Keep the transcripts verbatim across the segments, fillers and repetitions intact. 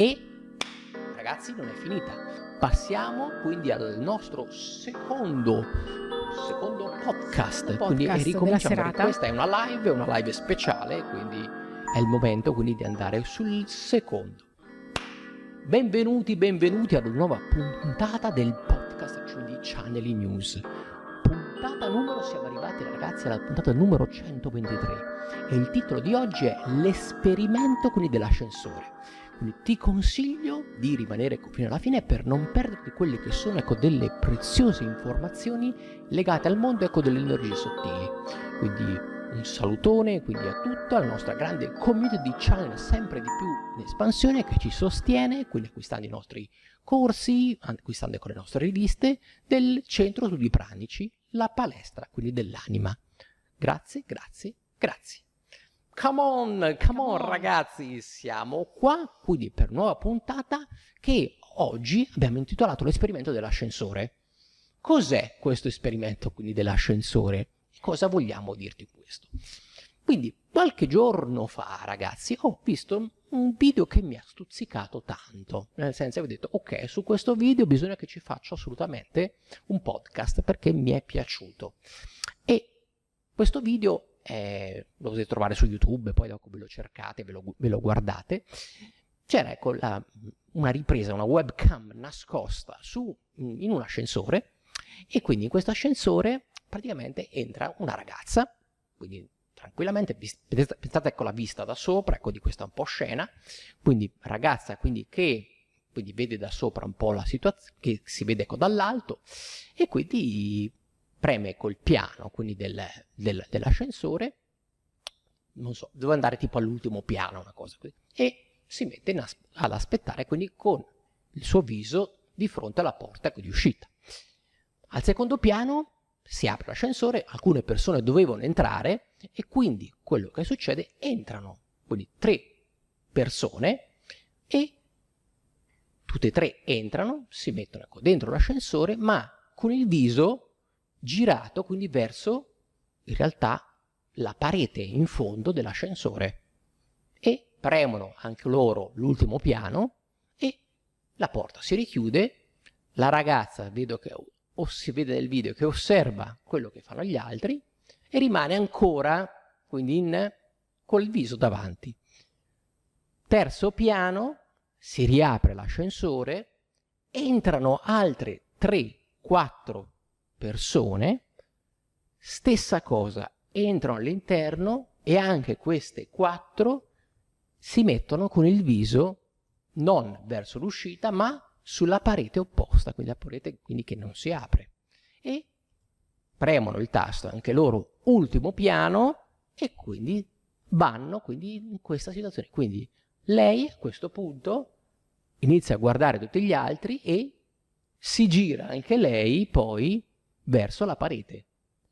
E ragazzi, non è finita. Passiamo quindi al nostro secondo, secondo podcast. podcast quindi e ricominciamo. della serata. Questa è una live, è una live speciale, quindi è il momento quindi di andare sul secondo. Benvenuti, benvenuti ad una nuova puntata del podcast, cioè di Channeling News. Puntata numero, siamo arrivati ragazzi alla puntata numero centoventitré e il titolo di oggi è l'esperimento quindi dell'ascensore. Quindi ti consiglio di rimanere fino alla fine per non perderti quelle che sono ecco, delle preziose informazioni legate al mondo ecco, delle energie sottili. Quindi un salutone quindi a tutta la nostra grande community di channel sempre di più in espansione che ci sostiene, quindi acquistando i nostri corsi, acquistando con le nostre riviste del Centro Studi Pranici, la palestra quindi dell'anima. Grazie, grazie, grazie. Come on, come, come on, on ragazzi, siamo qua quindi per una nuova puntata che oggi abbiamo intitolato l'esperimento dell'ascensore. Cos'è questo esperimento quindi dell'ascensore? Cosa vogliamo dirti questo? Quindi qualche giorno fa ragazzi ho visto un video che mi ha stuzzicato tanto, nel senso che ho detto ok, su questo video bisogna che ci faccia assolutamente un podcast perché mi è piaciuto. E questo video Eh, lo potete trovare su YouTube, poi dopo ve lo cercate, ve lo, ve lo guardate. C'era ecco la, una ripresa, una webcam nascosta su, in un ascensore e quindi in questo ascensore praticamente entra una ragazza, quindi tranquillamente, pensate ecco la vista da sopra, ecco di questa un po' scena, quindi ragazza quindi che quindi vede da sopra un po' la situazione, che si vede ecco dall'alto e quindi preme col piano quindi del, del, dell'ascensore, non so, deve andare tipo all'ultimo piano, una cosa così, e si mette in as- ad aspettare quindi con il suo viso di fronte alla porta di uscita. Al secondo piano si apre l'ascensore, alcune persone dovevano entrare e quindi quello che succede, entrano quindi tre persone e tutte e tre entrano, si mettono ecco, dentro l'ascensore ma con il viso girato quindi verso in realtà la parete in fondo dell'ascensore e premono anche loro l'ultimo piano e la porta si richiude. La ragazza vedo che o si vede nel video che osserva quello che fanno gli altri e rimane ancora quindi in, col viso davanti. Terzo piano, si riapre l'ascensore, entrano altre tre quattro persone, stessa cosa, entrano all'interno e anche queste quattro si mettono con il viso non verso l'uscita ma sulla parete opposta, quindi la parete quindi che non si apre, e premono il tasto anche loro ultimo piano e quindi vanno quindi in questa situazione. Quindi lei a questo punto inizia a guardare tutti gli altri e si gira anche lei poi verso la parete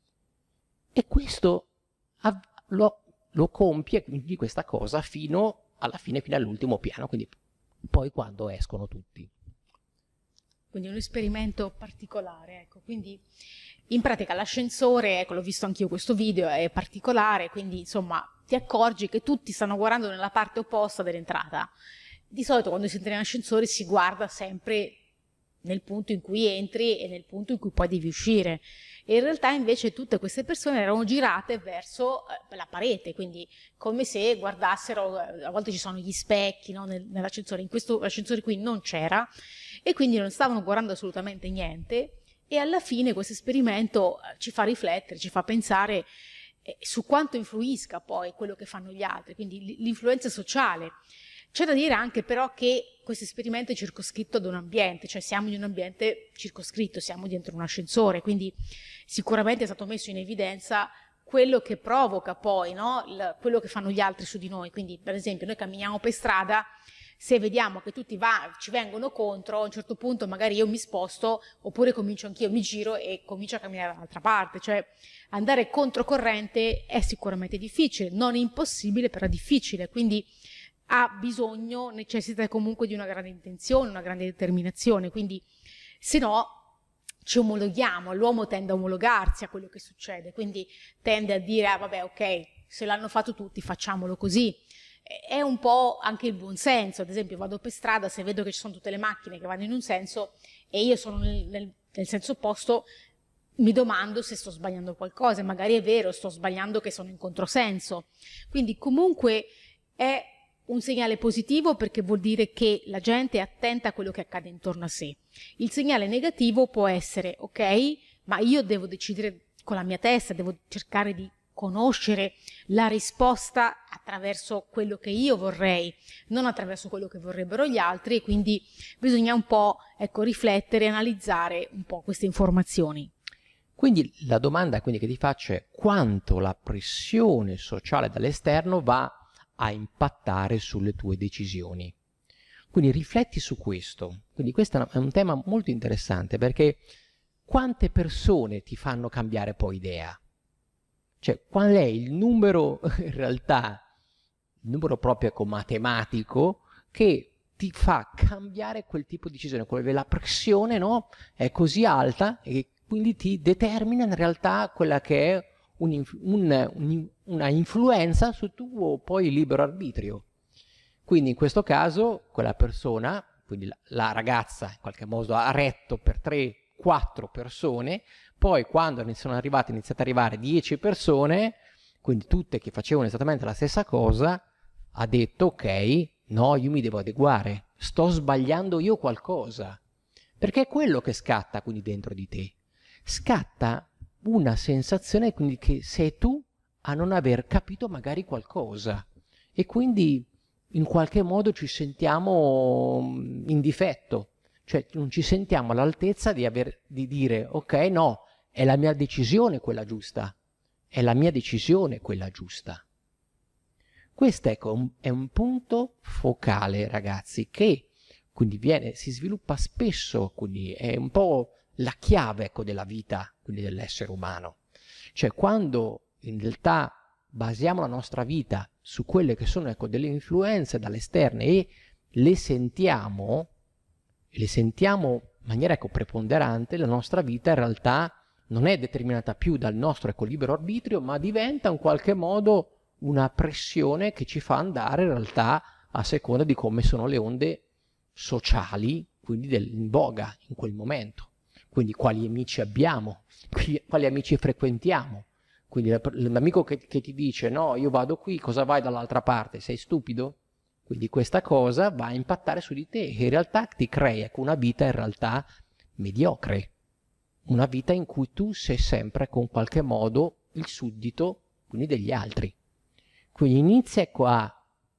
e questo lo, lo compie quindi questa cosa fino alla fine, fino all'ultimo piano, quindi poi quando escono tutti. Quindi è un esperimento particolare, ecco, quindi in pratica l'ascensore, ecco l'ho visto anch'io questo video, è particolare, quindi insomma ti accorgi che tutti stanno guardando nella parte opposta dell'entrata. Di solito quando si entra in ascensore si guarda sempre nel punto in cui entri e nel punto in cui poi devi uscire, e in realtà invece tutte queste persone erano girate verso eh, la parete, quindi come se guardassero, a volte ci sono gli specchi no, nel, nell'ascensore, in questo ascensore qui non c'era e quindi non stavano guardando assolutamente niente, e alla fine questo esperimento ci fa riflettere, ci fa pensare eh, su quanto influisca poi quello che fanno gli altri, quindi l'influenza sociale. C'è da dire anche però che questo esperimento è circoscritto ad un ambiente, cioè siamo in un ambiente circoscritto, siamo dentro un ascensore, quindi sicuramente è stato messo in evidenza quello che provoca poi, no? Il, quello che fanno gli altri su di noi. Quindi per esempio noi camminiamo per strada, se vediamo che tutti va, ci vengono contro, a un certo punto magari io mi sposto oppure comincio anch'io, mi giro e comincio a camminare dall'altra parte, cioè andare controcorrente è sicuramente difficile, non impossibile però difficile, quindi ha bisogno, necessita comunque di una grande intenzione, una grande determinazione, quindi se no ci omologhiamo, l'uomo tende a omologarsi a quello che succede, quindi tende a dire ah vabbè ok, se l'hanno fatto tutti facciamolo così, è un po' anche il buon senso. Ad esempio vado per strada, se vedo che ci sono tutte le macchine che vanno in un senso e io sono nel, nel, nel senso opposto, mi domando se sto sbagliando qualcosa, magari è vero, sto sbagliando che sono in controsenso. Quindi comunque è un segnale positivo perché vuol dire che la gente è attenta a quello che accade intorno a sé. Il segnale negativo può essere, ok, ma io devo decidere con la mia testa, devo cercare di conoscere la risposta attraverso quello che io vorrei, non attraverso quello che vorrebbero gli altri, e quindi bisogna un po', ecco, riflettere, analizzare un po' queste informazioni. Quindi la domanda quindi che ti faccio è quanto la pressione sociale dall'esterno va a impattare sulle tue decisioni. Quindi rifletti su questo. Quindi questo è un tema molto interessante, perché quante persone ti fanno cambiare poi idea? Cioè, qual è il numero, in realtà, il numero proprio ecco, matematico, che ti fa cambiare quel tipo di decisione, dove la pressione, no, è così alta e quindi ti determina in realtà quella che è un, un, un, una influenza sul tuo poi libero arbitrio. Quindi in questo caso quella persona, quindi la, la ragazza in qualche modo ha retto per tre quattro persone, poi quando sono arrivate, iniziate ad arrivare dieci persone, quindi tutte che facevano esattamente la stessa cosa, ha detto ok, no, io mi devo adeguare, sto sbagliando io qualcosa, perché è quello che scatta quindi dentro di te, scatta una sensazione quindi che sei tu a non aver capito magari qualcosa e quindi in qualche modo ci sentiamo in difetto. Cioè non ci sentiamo all'altezza di, aver, di dire ok, no, è la mia decisione quella giusta, è la mia decisione quella giusta. Questo ecco, un, è un punto focale, ragazzi, che quindi viene, si sviluppa spesso, quindi è un po' la chiave ecco, della vita, quindi dell'essere umano. Cioè quando in realtà basiamo la nostra vita su quelle che sono ecco, delle influenze dall'esterno e le sentiamo, le sentiamo in maniera ecco, preponderante, la nostra vita in realtà non è determinata più dal nostro ecco, libero arbitrio, ma diventa in qualche modo una pressione che ci fa andare in realtà a seconda di come sono le onde sociali, quindi del, in voga in quel momento. Quindi quali amici abbiamo, quali amici frequentiamo. Quindi l'amico che, che ti dice no, io vado qui, cosa vai dall'altra parte? Sei stupido? Quindi questa cosa va a impattare su di te e in realtà ti crei ecco, una vita in realtà mediocre, una vita in cui tu sei sempre con qualche modo il suddito quindi degli altri. Quindi inizia ecco, a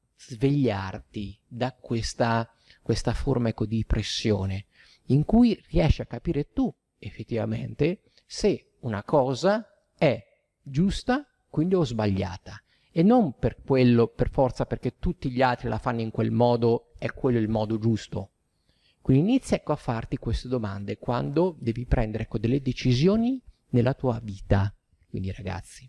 svegliarti da questa, questa forma ecco, di pressione in cui riesci a capire tu effettivamente se una cosa è giusta quindi o sbagliata. E non per quello, per forza, perché tutti gli altri la fanno in quel modo, è quello il modo giusto. Quindi inizia ecco, a farti queste domande quando devi prendere ecco, delle decisioni nella tua vita. Quindi ragazzi.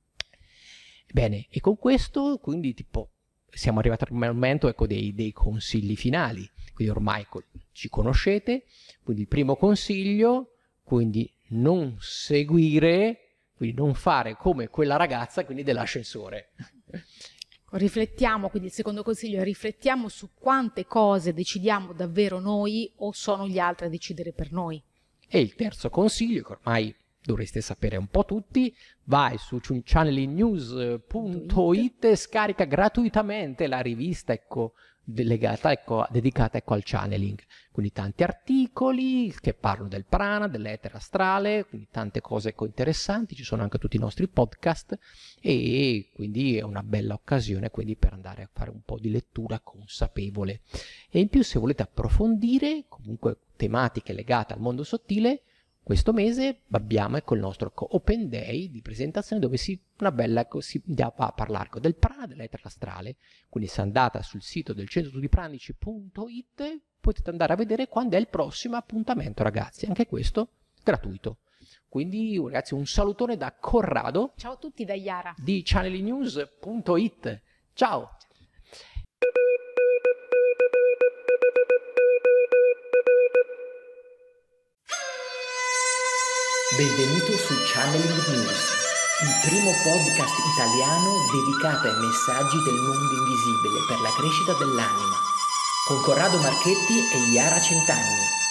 Bene, e con questo quindi tipo, siamo arrivati al momento ecco, dei, dei consigli finali. Quindi ormai ecco, ci conoscete. Quindi il primo consiglio, quindi non seguire... Quindi non fare come quella ragazza, quindi dell'ascensore. Riflettiamo, quindi il secondo consiglio è riflettiamo su quante cose decidiamo davvero noi o sono gli altri a decidere per noi. E il terzo consiglio, che ormai dovreste sapere un po' tutti, vai su channeling news punto it e scarica gratuitamente la rivista ecco, delegata, ecco, dedicata ecco, al channeling. Quindi tanti articoli che parlano del prana, dell'etere astrale, quindi tante cose ecco, interessanti, ci sono anche tutti i nostri podcast e quindi è una bella occasione quindi, per andare a fare un po' di lettura consapevole. E in più se volete approfondire comunque tematiche legate al mondo sottile, questo mese abbiamo ecco, il nostro Open Day di presentazione dove si, una bella, ecco, si va a parlare ecco, del prana, dell'etere astrale. Quindi se andate sul sito del centro studi pranici punto it potete andare a vedere quando è il prossimo appuntamento, ragazzi. Anche questo gratuito. Quindi ragazzi un salutone da Corrado. Ciao a tutti da Iara. Di channeling news punto it. Ciao! Benvenuto su Channeling News, il primo podcast italiano dedicato ai messaggi del mondo invisibile per la crescita dell'anima, con Corrado Marchetti e Iara Centanni.